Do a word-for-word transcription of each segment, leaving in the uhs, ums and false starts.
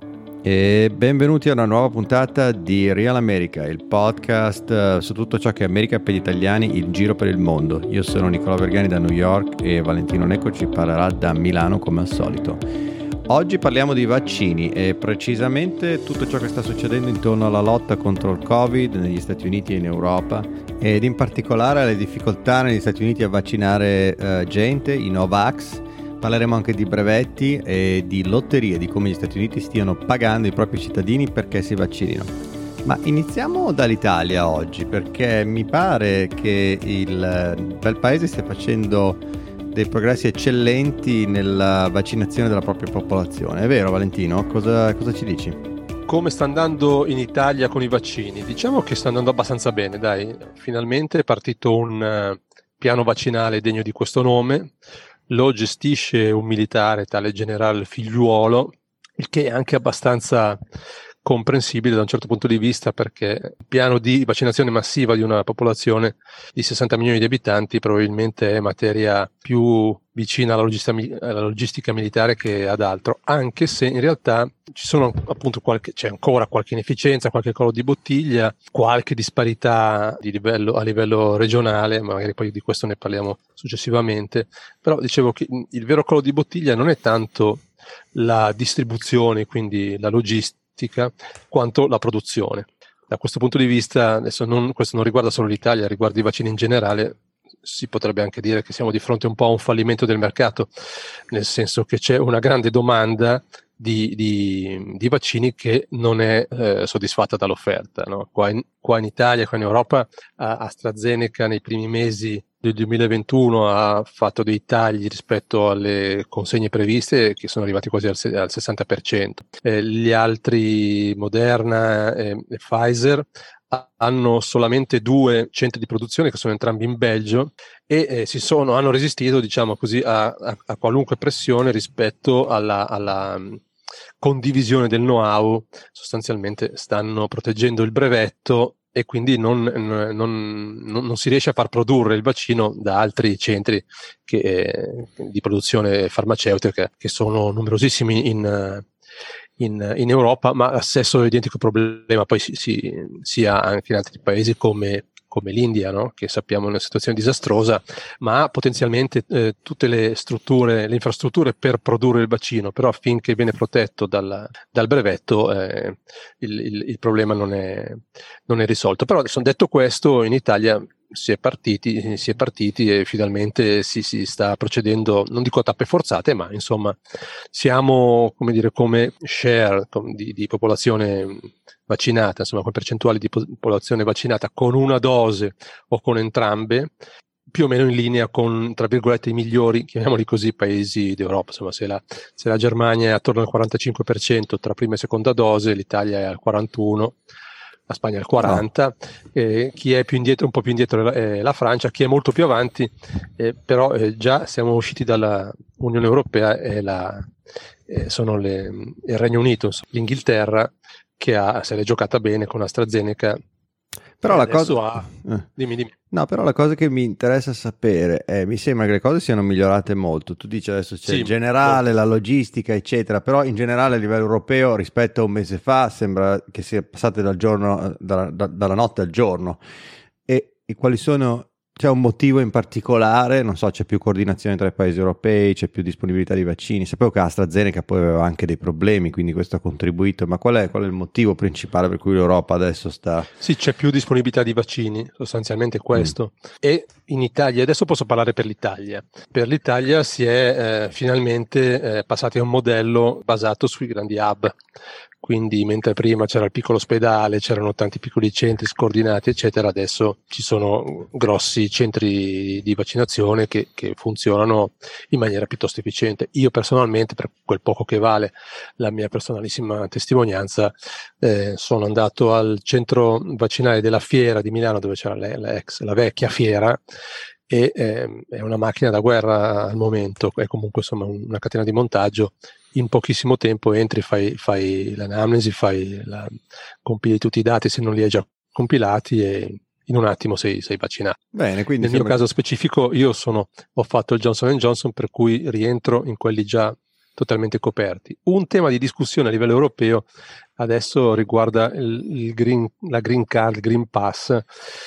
E benvenuti a una nuova puntata di Real America, il podcast uh, su tutto ciò che è America per gli italiani in giro per il mondo. Io sono Nicola Vergani da New York e Valentino Necco ci parlerà da Milano come al solito. Oggi parliamo di vaccini e precisamente tutto ciò che sta succedendo intorno alla lotta contro il Covid negli Stati Uniti e in Europa, ed in particolare alle difficoltà negli Stati Uniti a vaccinare uh, gente, i Novax. Parleremo anche di brevetti e di lotterie, di come gli Stati Uniti stiano pagando i propri cittadini perché si vaccinino. Ma iniziamo dall'Italia oggi, perché mi pare che il bel paese stia facendo dei progressi eccellenti nella vaccinazione della propria popolazione. È vero, Valentino? Cosa, cosa ci dici? Come sta andando in Italia con i vaccini? Diciamo che sta andando abbastanza bene, dai. Finalmente è partito un uh, piano vaccinale degno di questo nome. Lo gestisce un militare, tale generale Figliuolo, il che è anche abbastanza comprensibile da un certo punto di vista, perché il piano di vaccinazione massiva di una popolazione di sessanta milioni di abitanti probabilmente è materia più vicina alla logistica, alla logistica militare che ad altro, anche se in realtà ci sono appunto qualche, c'è ancora qualche inefficienza, qualche collo di bottiglia, qualche disparità di livello, a livello regionale, magari poi di questo ne parliamo successivamente. Però dicevo che il vero collo di bottiglia non è tanto la distribuzione, quindi la logistica, quanto la produzione. Da questo punto di vista, adesso non, questo non riguarda solo l'Italia, riguarda i vaccini in generale, si potrebbe anche dire che siamo di fronte un po' a un fallimento del mercato, nel senso che c'è una grande domanda di, di, di vaccini che non è eh, soddisfatta dall'offerta, no? Qua, in, qua in Italia, qua in Europa, AstraZeneca nei primi mesi del duemilaventuno ha fatto dei tagli rispetto alle consegne previste che sono arrivati quasi al, al sessanta per cento. Eh, gli altri, Moderna e, e Pfizer, hanno solamente due centri di produzione che sono entrambi in Belgio e eh, si sono, hanno resistito, diciamo così, a, a, a qualunque pressione rispetto alla, alla um, condivisione del know-how. Sostanzialmente stanno proteggendo il brevetto e quindi non, non, non, non si riesce a far produrre il vaccino da altri centri che, eh, di produzione farmaceutica che sono numerosissimi in In, in Europa, ma stesso identico problema poi si, si, si ha anche in altri paesi come, come l'India, no? Che sappiamo è una situazione disastrosa, ma ha potenzialmente eh, tutte le strutture, le infrastrutture per produrre il vaccino, però finché viene protetto dal, dal brevetto eh, il, il, il problema non è, non è risolto. Però adesso, detto questo, in Italia si è partiti, si è partiti e finalmente si, si sta procedendo, non dico a tappe forzate, ma insomma siamo, come dire, come share di, di popolazione vaccinata, insomma come percentuale di popolazione vaccinata con una dose o con entrambe, più o meno in linea con, tra virgolette, i migliori, chiamiamoli così, paesi d'Europa. Insomma, se la, se la Germania è attorno al quarantacinque per cento tra prima e seconda dose, l'Italia è al quarantuno per cento, la Spagna al quaranta per cento, no. eh, chi è più indietro, un po' più indietro è la Francia, chi è molto più avanti, eh, però eh, già siamo usciti dalla Unione Europea e la, eh, sono le, il Regno Unito, l'Inghilterra, che ha, se l'è giocata bene con AstraZeneca. Però la cosa ha... eh. dimmi, dimmi. No, però la cosa che mi interessa sapere è, mi sembra che le cose siano migliorate molto. Tu dici adesso c'è sì, il generale, molto. la logistica, eccetera, però in generale a livello europeo rispetto a un mese fa sembra che sia passate dal giorno, dalla, da, dalla notte al giorno. E, e quali sono... C'è un motivo in particolare? Non so, c'è più coordinazione tra i paesi europei, c'è più disponibilità di vaccini. Sapevo che AstraZeneca poi aveva anche dei problemi, quindi questo ha contribuito, ma qual è, qual è il motivo principale per cui l'Europa adesso sta... Sì, c'è più disponibilità di vaccini, sostanzialmente questo. Mm. E in Italia, adesso posso parlare per l'Italia, per l'Italia si è eh, finalmente eh, passati a un modello basato sui grandi hub. Quindi mentre prima c'era il piccolo ospedale, c'erano tanti piccoli centri scordinati, eccetera, adesso ci sono grossi centri di vaccinazione che, che funzionano in maniera piuttosto efficiente. Io personalmente, per quel poco che vale la mia personalissima testimonianza, eh, sono andato al centro vaccinale della Fiera di Milano, dove c'era la, la, ex, la vecchia Fiera, e eh, è una macchina da guerra al momento, è comunque insomma una catena di montaggio. In pochissimo tempo entri, fai, fai l'anamnesi, fai la, compili tutti i dati se non li hai già compilati e in un attimo sei, sei vaccinato. Bene, quindi nel sembra... mio caso specifico io sono, ho fatto il Johnson and Johnson, per cui rientro in quelli già totalmente coperti. Un tema di discussione a livello europeo adesso riguarda il, il green, la Green Card, il Green Pass,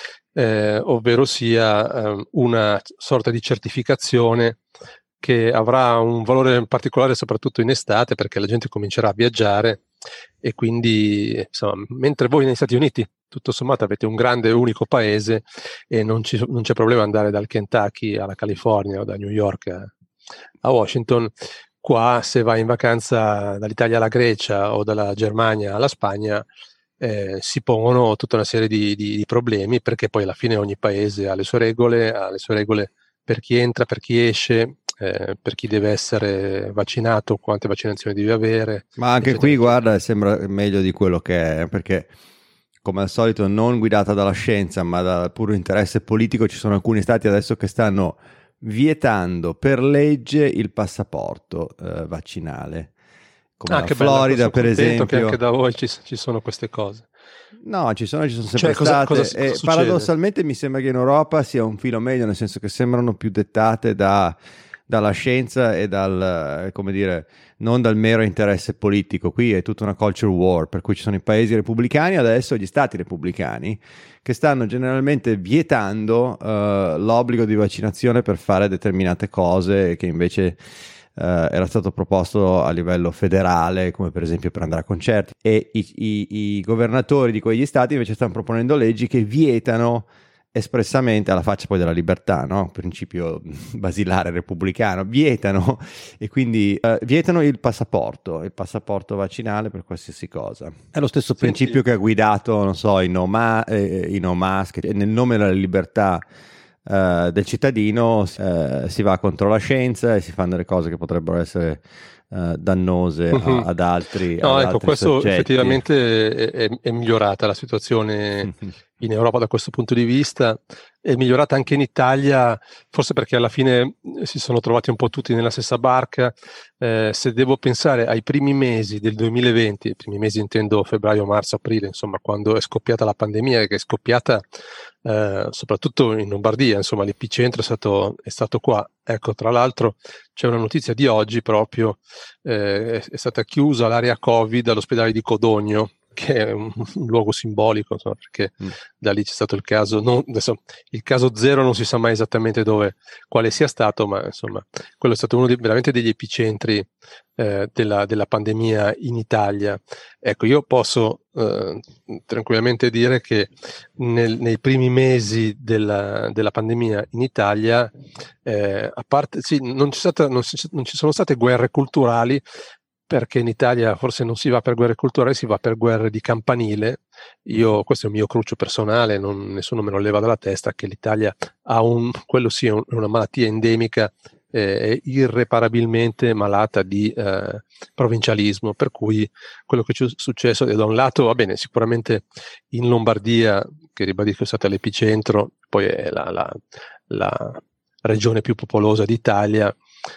eh, ovvero sia eh, una sorta di certificazione che avrà un valore particolare soprattutto in estate, perché la gente comincerà a viaggiare e quindi, insomma, mentre voi negli Stati Uniti tutto sommato avete un grande e unico paese e non, ci, non c'è problema andare dal Kentucky alla California o da New York a, a Washington, qua se vai in vacanza dall'Italia alla Grecia o dalla Germania alla Spagna eh, si pongono tutta una serie di, di, di problemi, perché poi alla fine ogni paese ha le sue regole, ha le sue regole per chi entra, per chi esce, eh, per chi deve essere vaccinato, quante vaccinazioni deve avere. Ma anche eccetera, qui, eccetera. guarda, sembra meglio di quello che è, perché come al solito non guidata dalla scienza, ma dal puro interesse politico, ci sono alcuni stati adesso che stanno vietando per legge il passaporto eh, vaccinale, come Ah, la che bello, Florida, sono per contento che esempio. anche da voi ci, ci sono queste cose. No, ci sono, ci sono sempre Cioè, cosa, cosa, state cosa e succede? paradossalmente mi sembra che in Europa sia un filo meglio, nel senso che sembrano più dettate da, dalla scienza e dal, eh, come dire, non dal mero interesse politico. Qui è tutta una culture war, per cui ci sono i paesi repubblicani, adesso gli stati repubblicani, che stanno generalmente vietando eh, l'obbligo di vaccinazione per fare determinate cose che invece Uh, era stato proposto a livello federale, come per esempio per andare a concerti, e i, i, i governatori di quegli stati invece stanno proponendo leggi che vietano espressamente, alla faccia poi della libertà, no? Principio basilare repubblicano, vietano e quindi uh, vietano il passaporto, il passaporto vaccinale per qualsiasi cosa. È lo stesso Senti, principio che ha guidato, non so, i no, ma, eh, i no mask, nel nome della libertà Uh, del cittadino uh, si va contro la scienza e si fanno delle cose che potrebbero essere uh, dannose uh-huh. a, ad altri, no, ad ecco, altri questo soggetti. effettivamente è, è, è migliorata la situazione in Europa da questo punto di vista, è migliorata anche in Italia, forse perché alla fine si sono trovati un po' tutti nella stessa barca. Eh, se devo pensare ai primi mesi del duemilaventi, i primi mesi intendo febbraio, marzo, aprile, insomma, quando è scoppiata la pandemia, che è scoppiata eh, soprattutto in Lombardia, insomma, l'epicentro è stato, è stato qua. Ecco, tra l'altro c'è una notizia di oggi proprio, eh, è stata chiusa l'area Covid all'ospedale di Codogno, che è un, un luogo simbolico, insomma, perché mm. da lì c'è stato il caso, non, adesso, il caso zero non si sa mai esattamente dove, quale sia stato, ma insomma, quello è stato uno dei, veramente degli epicentri eh, della, della pandemia in Italia. Ecco, io posso eh, tranquillamente dire che nel, nei primi mesi della, della pandemia in Italia, eh, a parte, sì, non, c'è stata, non, non ci sono state guerre culturali, perché in Italia forse non si va per guerre culturali, si va per guerre di campanile. Io, questo è il mio cruccio personale, non, nessuno me lo leva dalla testa, che l'Italia ha un, quello sì, un, una malattia endemica, eh, irreparabilmente malata di eh, provincialismo, per cui quello che ci è successo è da un lato, va bene, sicuramente in Lombardia, che ribadisco è stata l'epicentro, poi è la, la, la regione più popolosa d'Italia,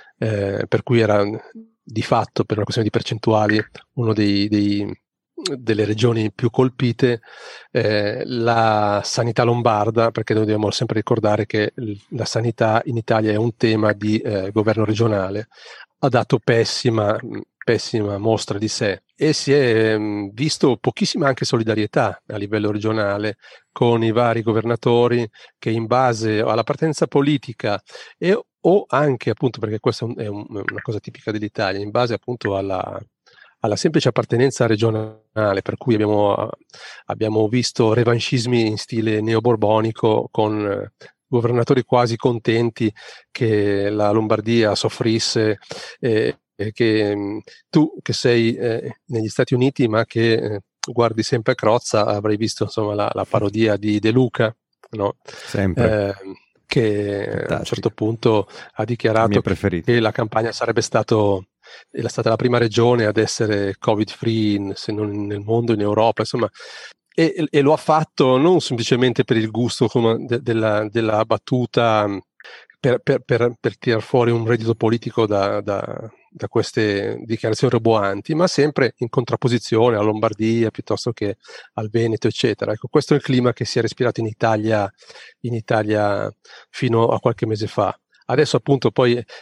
eh, per cui era di fatto, per una questione di percentuali, uno dei, dei, delle regioni più colpite, eh, la sanità lombarda, perché noi dobbiamo sempre ricordare che la sanità in Italia è un tema di eh, governo regionale, ha dato pessima, pessima mostra di sé e si è mh, visto pochissima anche solidarietà a livello regionale con i vari governatori che in base all'appartenenza politica e o anche appunto, perché questa è un, una cosa tipica dell'Italia, in base appunto alla, alla semplice appartenenza regionale, per cui abbiamo, abbiamo visto revanchismi in stile neoborbonico con eh, governatori quasi contenti che la Lombardia soffrisse, eh, e che mh, tu che sei eh, negli Stati Uniti ma che eh, guardi sempre Crozza, avrai visto insomma la, la parodia di De Luca, no? Sempre. Eh, che Fantastico. a un certo punto ha dichiarato che la Campania sarebbe stato è stata la prima regione ad essere covid free, se non nel mondo, in Europa, insomma, e, e lo ha fatto non semplicemente per il gusto come de, della, della battuta, per, per, per, per tirar fuori un reddito politico da, da, da queste dichiarazioni roboanti, ma sempre in contrapposizione alla Lombardia piuttosto che al Veneto, eccetera. Ecco, questo è il clima che si è respirato in Italia, in Italia fino a qualche mese fa. Adesso appunto poi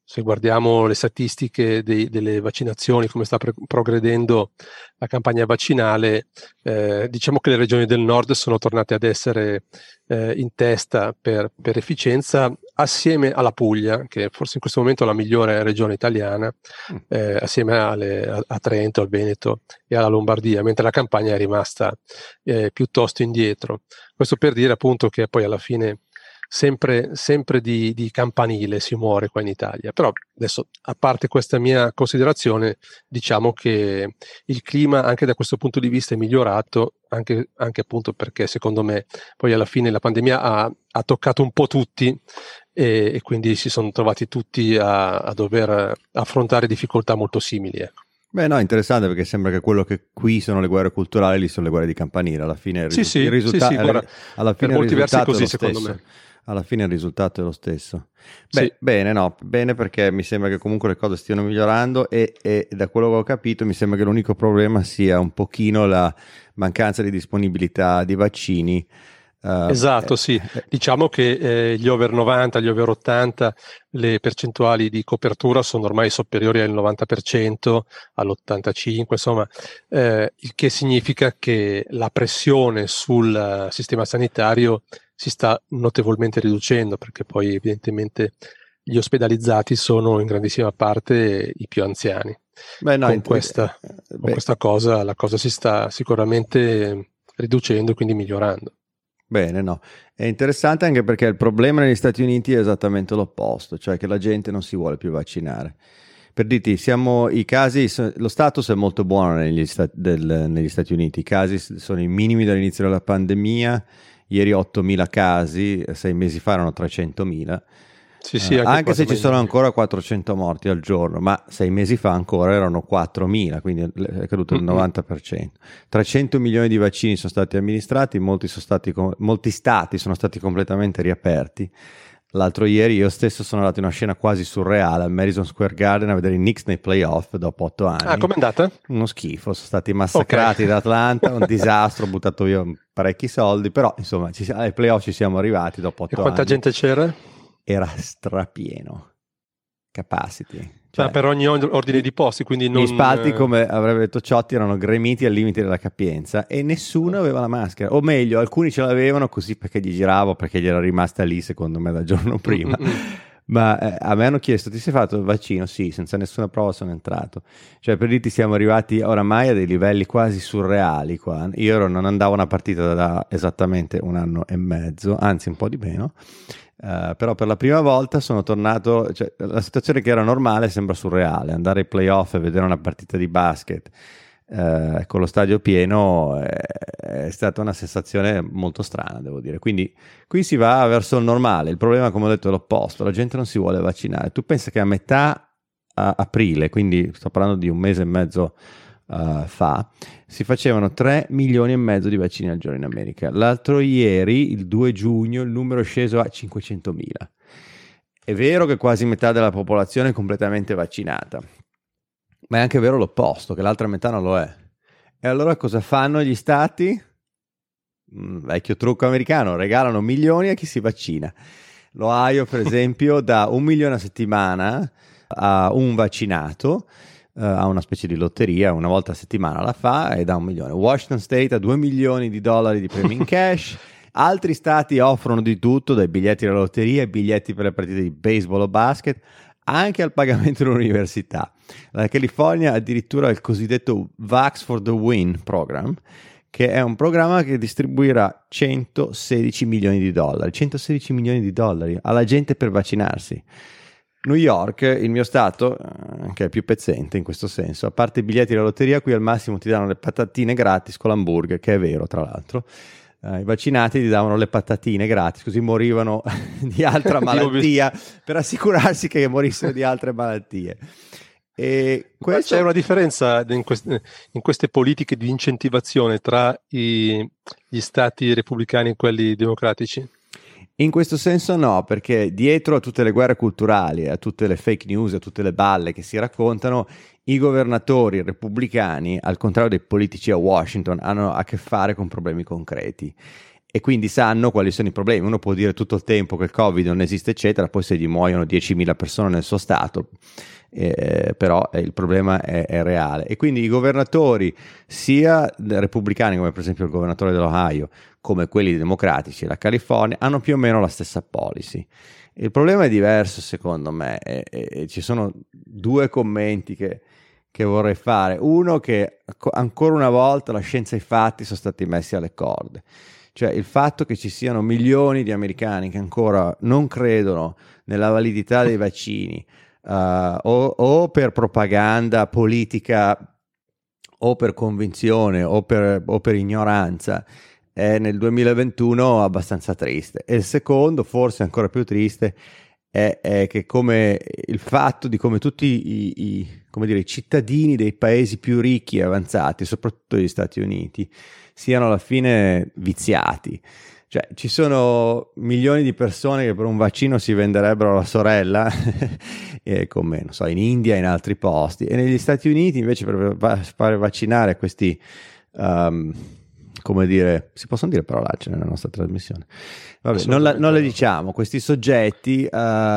Se guardiamo le statistiche dei, delle vaccinazioni, come sta pre- progredendo la campagna vaccinale, eh, diciamo che le regioni del nord sono tornate ad essere eh, in testa per, per efficienza, assieme alla Puglia, che forse in questo momento è la migliore regione italiana, eh, assieme alle, a, a Trento, al Veneto e alla Lombardia, mentre la campagna è rimasta eh, piuttosto indietro. Questo per dire appunto che poi alla fine sempre, sempre di, di campanile si muore qua in Italia. Però adesso, a parte questa mia considerazione, diciamo che il clima anche da questo punto di vista è migliorato, anche, anche appunto perché secondo me poi alla fine la pandemia ha, ha toccato un po' tutti e, e quindi si sono trovati tutti a, a dover affrontare difficoltà molto simili, ecco. Beh, no, interessante, perché sembra che quello che qui sono le guerre culturali, lì sono le guerre di campanile. Alla fine il, Sì, risu- sì, il risultato, sì, sì, guarda, alla fine per il molti versi è risultato così, è lo secondo stesso. me. Alla fine il risultato è lo stesso. Beh, Sì. bene, no, bene, perché mi sembra che comunque le cose stiano migliorando e, e da quello che ho capito mi sembra che l'unico problema sia un pochino la mancanza di disponibilità di vaccini. Uh, Esatto, eh, sì. eh, Diciamo che eh, gli over novanta, gli over ottanta, le percentuali di copertura sono ormai superiori al novanta per cento, all'ottantacinque per cento, insomma, eh, il che significa che la pressione sul uh, sistema sanitario si sta notevolmente riducendo, perché poi evidentemente gli ospedalizzati sono in grandissima parte i più anziani. Beh, no, Con int- questa, beh, con questa cosa la cosa si sta sicuramente riducendo e quindi migliorando. Bene, no. È interessante anche perché il problema negli Stati Uniti è esattamente l'opposto, cioè che la gente non si vuole più vaccinare. Per dirti, siamo i casi, lo status è molto buono negli, sta, del, negli Stati Uniti, i casi sono i minimi dall'inizio della pandemia, ieri ottomila casi, sei mesi fa erano trecentomila. Sì, sì, Uh, anche, anche se ci sono meno. ancora quattrocento morti al giorno, ma sei mesi fa ancora erano quattromila, quindi è caduto il novanta per cento. trecento milioni di vaccini sono stati amministrati, molti, sono stati, molti stati sono stati completamente riaperti. L'altro ieri io stesso sono andato in una scena quasi surreale al Madison Square Garden a vedere i Knicks nei playoff dopo otto anni. Ah, com'è andata? Uno schifo, sono stati massacrati okay. da Atlanta, un disastro, ho buttato via parecchi soldi, però insomma ci, ai playoff ci siamo arrivati dopo otto anni. E quanta anni. gente c'era? Era strapieno, capacity. Cioè, per ogni ordine di posti, quindi non... Gli spalti, come avrebbe detto Ciotti, erano gremiti al limite della capienza e nessuno aveva la maschera, o meglio, alcuni ce l'avevano così perché gli giravo, perché gli era rimasta lì secondo me dal giorno prima. Mm-mm. Ma eh, a me hanno chiesto: ti sei fatto il vaccino? Sì, senza nessuna prova sono entrato. Cioè, per dirti, siamo arrivati oramai a dei livelli quasi surreali qua. Io ero, non andavo a una partita da esattamente un anno e mezzo, anzi un po' di meno. Uh, però per la prima volta sono tornato, cioè, la situazione che era normale sembra surreale. Andare ai playoff e vedere una partita di basket uh, con lo stadio pieno è, è stata una sensazione molto strana, devo dire. Quindi qui si va verso il normale. Il problema, come ho detto, è l'opposto: la gente non si vuole vaccinare. Tu pensi che a metà a aprile, quindi sto parlando di un mese e mezzo Uh, fa, si facevano tre milioni e mezzo di vaccini al giorno in America. L'altro ieri, il due giugno, il numero è sceso a cinquecentomila. È vero che quasi metà della popolazione è completamente vaccinata, ma è anche vero l'opposto, che l'altra metà non lo è. E allora cosa fanno gli stati? Mm, vecchio trucco americano: regalano milioni a chi si vaccina. L'Ohio, per esempio, dà un milione a settimana a un vaccinato. Uh, ha una specie di lotteria, una volta a settimana la fa e dà un milione. Washington State ha due milioni di dollari di premi in cash. Altri stati offrono di tutto, dai biglietti alla lotteria ai biglietti per le partite di baseball o basket, anche al pagamento dell'università. La California addirittura ha il cosiddetto Vax for the Win program, che è un programma che distribuirà centosedici milioni di dollari, centosedici milioni di dollari alla gente per vaccinarsi. New York, il mio stato, che è più pezzente in questo senso, a parte i biglietti della lotteria, qui al massimo ti danno le patatine gratis con l'hamburger, che è vero tra l'altro. Uh, i vaccinati ti davano le patatine gratis, così morivano di altra malattia, per assicurarsi che morissero di altre malattie. E questo... C'è una differenza in queste, in queste politiche di incentivazione tra i, gli stati repubblicani e quelli democratici? In questo senso no, perché dietro a tutte le guerre culturali, a tutte le fake news, a tutte le balle che si raccontano, i governatori repubblicani, al contrario dei politici a Washington, hanno a che fare con problemi concreti. e quindi sanno quali sono i problemi. Uno può dire tutto il tempo che il Covid non esiste eccetera, poi se gli muoiono diecimila persone nel suo stato, eh, però eh, il problema è, è reale. E quindi i governatori sia repubblicani, come per esempio il governatore dell'Ohio, come quelli democratici della California, hanno più o meno la stessa policy. Il problema è diverso secondo me, e, e, e ci sono due commenti che, che vorrei fare. Uno, che ancora una volta la scienza e i fatti sono stati messi alle corde. Cioè il fatto che ci siano milioni di americani che ancora non credono nella validità dei vaccini, uh, o, o per propaganda politica o per convinzione o per, o per ignoranza, è nel duemilaventuno abbastanza triste. E il secondo, forse ancora più triste, è, è che come il fatto di come tutti i, i, come dire, i cittadini dei paesi più ricchi e avanzati, soprattutto gli Stati Uniti, siano alla fine viziati. Cioè ci sono milioni di persone che per un vaccino si venderebbero la sorella e come, non so, in India e in altri posti, e negli Stati Uniti invece per va- fare vaccinare questi um, come dire, si possono dire parolacce nella nostra trasmissione? Vabbè, non, la, non le diciamo. Questi soggetti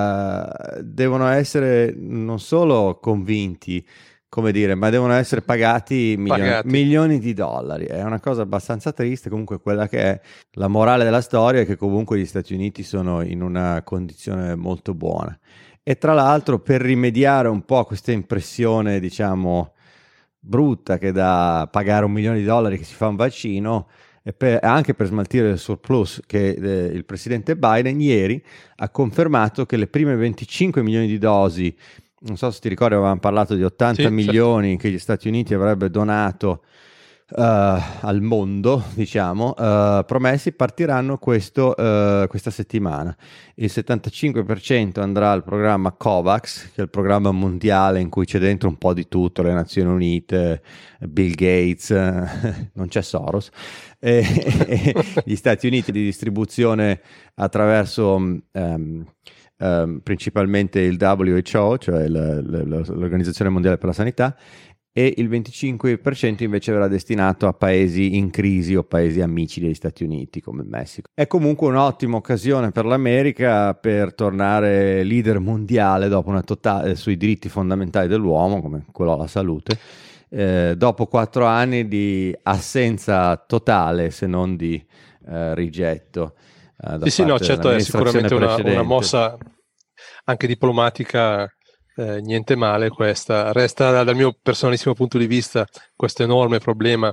uh, devono essere non solo convinti, come dire, ma devono essere pagati milioni, pagati milioni di dollari. È una cosa abbastanza triste. Comunque quella che è la morale della storia è che comunque gli Stati Uniti sono in una condizione molto buona. E tra l'altro, per rimediare un po' a questa impressione, diciamo, brutta che da pagare un milione di dollari che si fa un vaccino, e per, anche per smaltire il surplus, che eh, il presidente Biden ieri ha confermato che le prime venticinque milioni di dosi, non so se ti ricordi, avevamo parlato di ottanta sì, milioni certo, che gli Stati Uniti avrebbe donato uh, al mondo, diciamo, uh, promessi, partiranno questo, uh, questa settimana. Il settantacinque per cento andrà al programma COVAX, che è il programma mondiale in cui c'è dentro un po' di tutto, le Nazioni Unite, Bill Gates, uh, non c'è Soros, e, e gli Stati Uniti di distribuzione attraverso um, Um, principalmente il W H O, cioè l- l- l'Organizzazione Mondiale per la Sanità, e il venticinque per cento invece verrà destinato a paesi in crisi o paesi amici degli Stati Uniti come il Messico. È comunque un'ottima occasione per l'America per tornare leader mondiale dopo una totale sui diritti fondamentali dell'uomo, come quello alla salute, eh, dopo quattro anni di assenza totale, se non di eh, rigetto. Uh, sì, sì, no, certo, è sicuramente una, una mossa anche diplomatica, eh, niente male questa. Resta dal mio personalissimo punto di vista questo enorme problema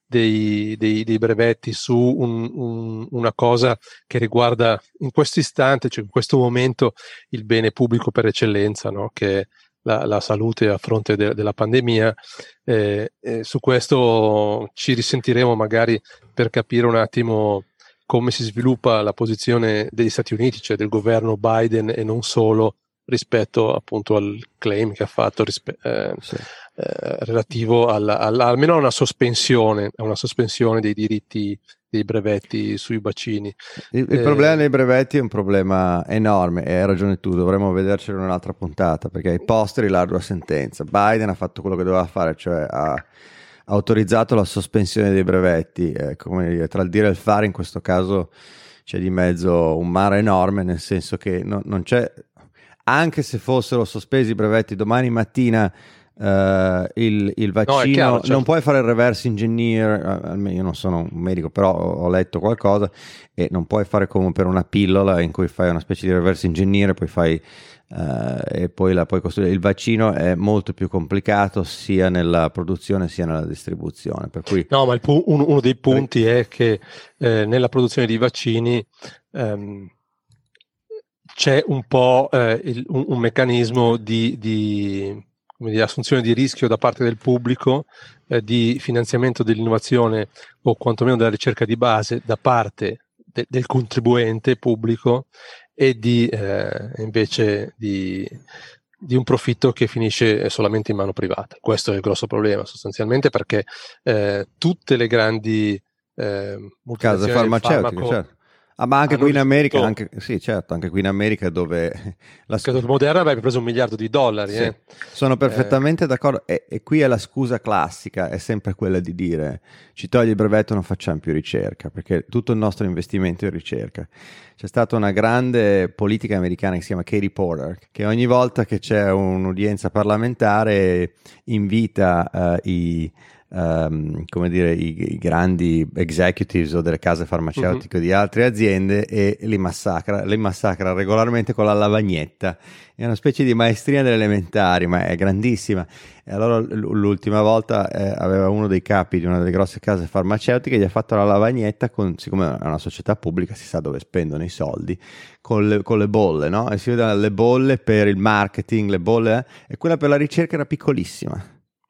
dei, dei, dei brevetti su un, un, una cosa che riguarda in questo istante, cioè in questo momento, il bene pubblico per eccellenza, no? Che è la, la salute a fronte de, della pandemia. Eh, eh, su questo ci risentiremo magari per capire un attimo come si sviluppa la posizione degli Stati Uniti, cioè del governo Biden e non solo, rispetto appunto al claim che ha fatto rispe- eh, sì. eh, relativo alla, alla, almeno a una sospensione, a una sospensione dei diritti dei brevetti sui vaccini. Il, il eh, problema dei brevetti è un problema enorme, e hai ragione tu, dovremmo vedercelo in un'altra puntata, perché ai posteri l'ardua sentenza. Biden ha fatto quello che doveva fare, cioè ha ha autorizzato la sospensione dei brevetti, eh, come dire, tra il dire e il fare in questo caso c'è di mezzo un mare enorme, nel senso che no, non c'è, anche se fossero sospesi i brevetti domani mattina, eh, il, il vaccino, no, chiaro, certo, non puoi fare il reverse engineer, almeno io non sono un medico, però ho, ho letto qualcosa, e non puoi fare come per una pillola in cui fai una specie di reverse engineer e poi fai Uh, e poi la puoi costruire. Il vaccino è molto più complicato sia nella produzione sia nella distribuzione, per cui no, ma il pu- uno, uno dei punti per... è che eh, nella produzione di vaccini ehm, c'è un po' eh, il, un, un meccanismo di, di, come dire, assunzione di rischio da parte del pubblico, eh, di finanziamento dell'innovazione o quantomeno della ricerca di base da parte de- del contribuente pubblico, e di eh, invece di, di un profitto che finisce solamente in mano privata. Questo è il grosso problema sostanzialmente, perché eh, tutte le grandi eh, case farmaceutiche, certo, Ah, ma anche qui in America, risolto... anche, sì, certo, anche qui in America dove la Credo che Moderna avrebbe preso un miliardo di dollari. Sì, eh. sono perfettamente eh. d'accordo. E, e qui è la scusa classica, è sempre quella di dire ci togli il brevetto, non facciamo più ricerca, perché tutto il nostro investimento è in ricerca. C'è stata una grande politica americana che si chiama Katie Porter, che ogni volta che c'è un'udienza parlamentare invita uh, i Um, come dire, i, i grandi executives o delle case farmaceutiche uh-huh. di altre aziende e li massacra, li massacra regolarmente con la lavagnetta. È una specie di maestria delle elementari, ma è grandissima. E allora l'ultima volta eh, aveva uno dei capi di una delle grosse case farmaceutiche, gli ha fatto la lavagnetta con, siccome è una società pubblica si sa dove spendono i soldi, con le, con le bolle, no? E si vedono le bolle per il marketing, le bolle, eh? E quella per la ricerca era piccolissima.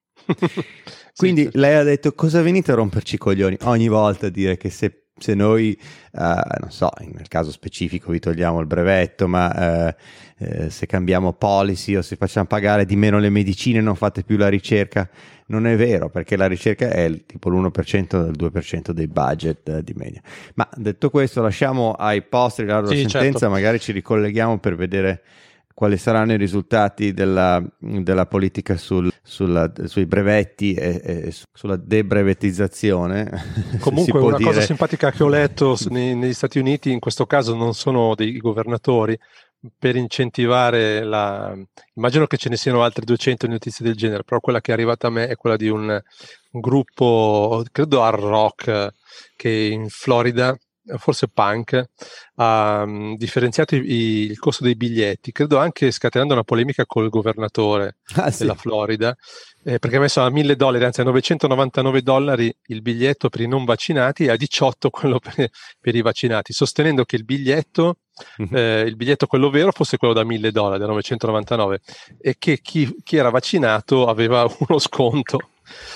Quindi sì, lei ha detto cosa venite a romperci i coglioni ogni volta a dire che se, se noi uh, non so, nel caso specifico vi togliamo il brevetto, ma uh, uh, se cambiamo policy o se facciamo pagare di meno le medicine non fate più la ricerca. Non è vero, perché la ricerca è il, tipo l'uno per cento del due per cento dei budget uh, di media. Ma detto questo, lasciamo ai posteri la loro sì, sentenza, certo. Magari ci ricolleghiamo per vedere quali saranno i risultati della, della politica sul, sulla, sui brevetti e, e sulla debrevettizzazione. Comunque una dire. cosa simpatica che ho letto nei, negli Stati Uniti, in questo caso non sono dei governatori, per incentivare la... immagino che ce ne siano altre duecento notizie del genere, però quella che è arrivata a me è quella di un, un gruppo, credo hard rock, che in Florida, forse punk, ha um, differenziato i, i, il costo dei biglietti, credo anche scatenando una polemica col governatore ah, della sì. Florida, eh, perché ha messo a mille dollari, anzi a novecentonovantanove dollari il biglietto per i non vaccinati e a diciotto quello per, per i vaccinati, sostenendo che il biglietto mm-hmm. eh, il biglietto quello vero fosse quello da mille dollari, da novecentonovantanove, e che chi, chi era vaccinato aveva uno sconto.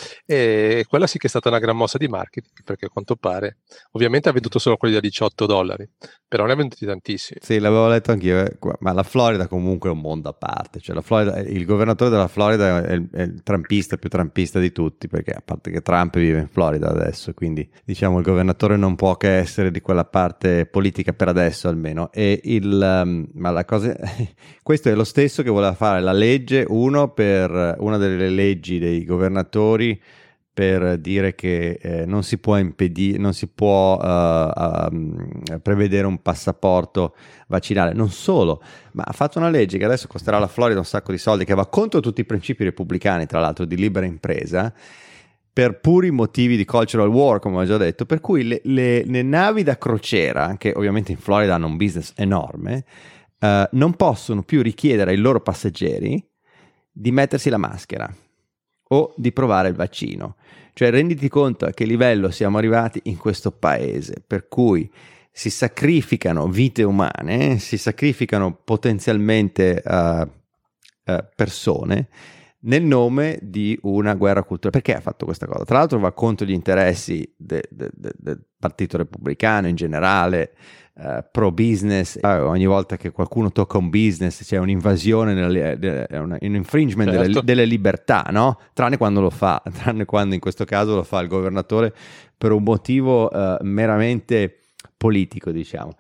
E quella sì che è stata una gran mossa di marketing, perché a quanto pare ovviamente ha venduto solo quelli da diciotto dollari, però ne ha venduti tantissimi. Sì, l'avevo letto anch'io, eh. Ma la Florida comunque è un mondo a parte, cioè la Florida, il governatore della Florida è il, è il trumpista più trumpista di tutti, perché a parte che Trump vive in Florida adesso, quindi diciamo il governatore non può che essere di quella parte politica per adesso almeno. E il um, ma la cosa questo è lo stesso che voleva fare la legge, uno per una delle leggi dei governatori per dire che eh, non si può impedire, non si può uh, uh, prevedere un passaporto vaccinale. Non solo, ma ha fatto una legge che adesso costerà alla Florida un sacco di soldi, che va contro tutti i principi repubblicani, tra l'altro, di libera impresa, per puri motivi di cultural war, come ho già detto, per cui le, le, le navi da crociera, che ovviamente in Florida hanno un business enorme, uh, non possono più richiedere ai loro passeggeri di mettersi la maschera o di provare il vaccino. Cioè renditi conto a che livello siamo arrivati in questo paese, per cui si sacrificano vite umane, si sacrificano potenzialmente uh, uh, persone nel nome di una guerra culturale. Perché ha fatto questa cosa? Tra l'altro va contro gli interessi de, de, de, del Partito Repubblicano in generale, Uh, pro business. Uh, ogni volta che qualcuno tocca un business c'è un'invasione, nella, de, un, un infringement certo. delle, delle libertà, no? Tranne quando lo fa, tranne quando in questo caso lo fa il governatore per un motivo uh, meramente politico, diciamo.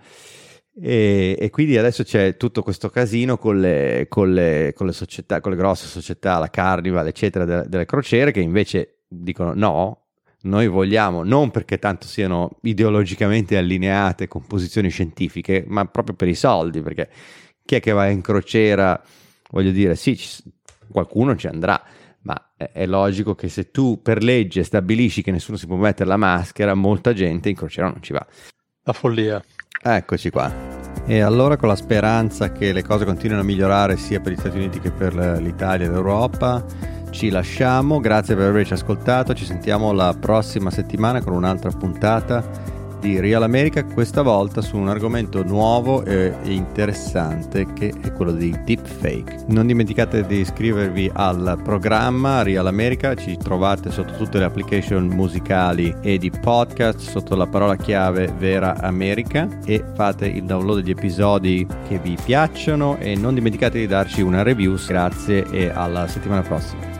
E, e quindi adesso c'è tutto questo casino con le, con le, con le società, con le grosse società, la Carnival, eccetera, delle, delle crociere, che invece dicono no. Noi vogliamo, non perché tanto siano ideologicamente allineate con posizioni scientifiche, ma proprio per i soldi, perché chi è che va in crociera, voglio dire, sì, ci, qualcuno ci andrà, ma è, è logico che se tu per legge stabilisci che nessuno si può mettere la maschera, molta gente in crociera non ci va. La follia. Eccoci qua. E allora, con la speranza che le cose continuino a migliorare sia per gli Stati Uniti che per l'Italia e l'Europa, ci lasciamo. Grazie per averci ascoltato. Ci sentiamo la prossima settimana con un'altra puntata di Real America, questa volta su un argomento nuovo e interessante che è quello di deepfake. Non dimenticate di iscrivervi al programma Real America, ci trovate sotto tutte le application musicali e di podcast sotto la parola chiave Vera America, e fate il download degli episodi che vi piacciono e non dimenticate di darci una review. Grazie e alla settimana prossima.